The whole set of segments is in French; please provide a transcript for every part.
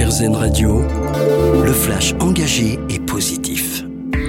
RZN Radio, le flash engagé et positif.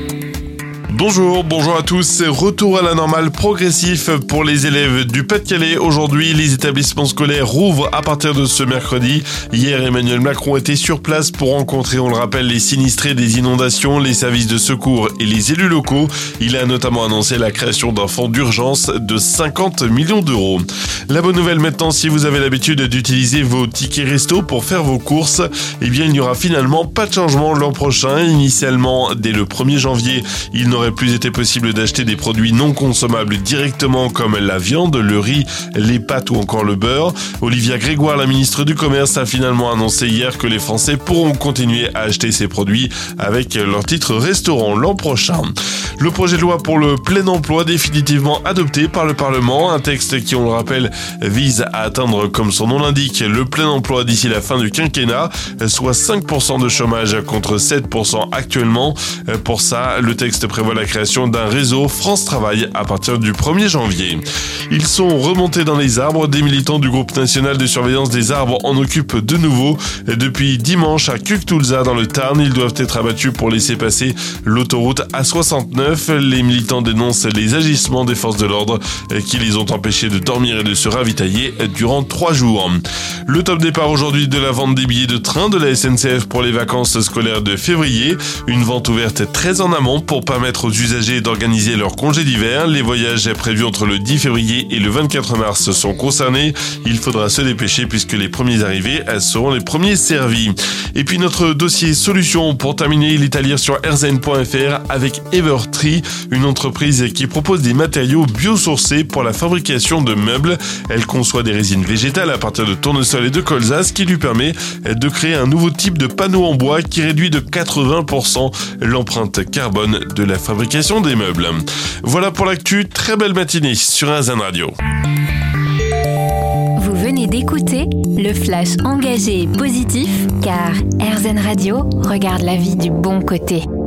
Bonjour à tous, c'est retour à la normale progressif pour les élèves du Pas-de-Calais. Aujourd'hui, les établissements scolaires rouvrent à partir de ce mercredi. Hier, Emmanuel Macron était sur place pour rencontrer, on le rappelle, les sinistrés des inondations, les services de secours et les élus locaux. Il a notamment annoncé la création d'un fonds d'urgence de 50 millions d'euros. La bonne nouvelle maintenant, si vous avez l'habitude d'utiliser vos tickets resto pour faire vos courses, eh bien il n'y aura finalement pas de changement l'an prochain. Initialement, dès le 1er janvier, il n'aurait plus été possible d'acheter des produits non consommables directement comme la viande, le riz, les pâtes ou encore le beurre. Olivia Grégoire, la ministre du Commerce, a finalement annoncé hier que les Français pourront continuer à acheter ces produits avec leur titre restaurant l'an prochain. Le projet de loi pour le plein emploi définitivement adopté par le Parlement, un texte qui, on le rappelle, vise à atteindre, comme son nom l'indique, le plein emploi d'ici la fin du quinquennat, soit 5% de chômage contre 7% actuellement. Pour ça, le texte prévoit la création d'un réseau France Travail à partir du 1er janvier. Ils sont remontés dans les arbres. Des militants du groupe national de surveillance des arbres en occupent de nouveau. Depuis dimanche à Cuctoulza dans le Tarn, ils doivent être abattus pour laisser passer l'autoroute A69. Les militants dénoncent les agissements des forces de l'ordre qui les ont empêchés de dormir et de se ravitailler durant 3 jours. Le top départ aujourd'hui de la vente des billets de train de la SNCF pour les vacances scolaires de février. Une vente ouverte très en amont pour permettre aux usagers d'organiser leur congé d'hiver. Les voyages prévus entre le 10 février et le 24 mars sont concernés. Il faudra se dépêcher puisque les premiers arrivés seront les premiers servis. Et puis notre dossier solution pour terminer, il est à lire sur rzn.fr avec Evertree, une entreprise qui propose des matériaux biosourcés pour la fabrication de meubles. Elle conçoit des résines végétales à partir de tournesol et de colza, ce qui lui permet de créer un nouveau type de panneau en bois qui réduit de 80% l'empreinte carbone de la fabrication des meubles. Voilà pour l'actu, très belle matinée sur RZN Radio. Vous venez d'écouter le flash engagé et positif car RZN Radio regarde la vie du bon côté.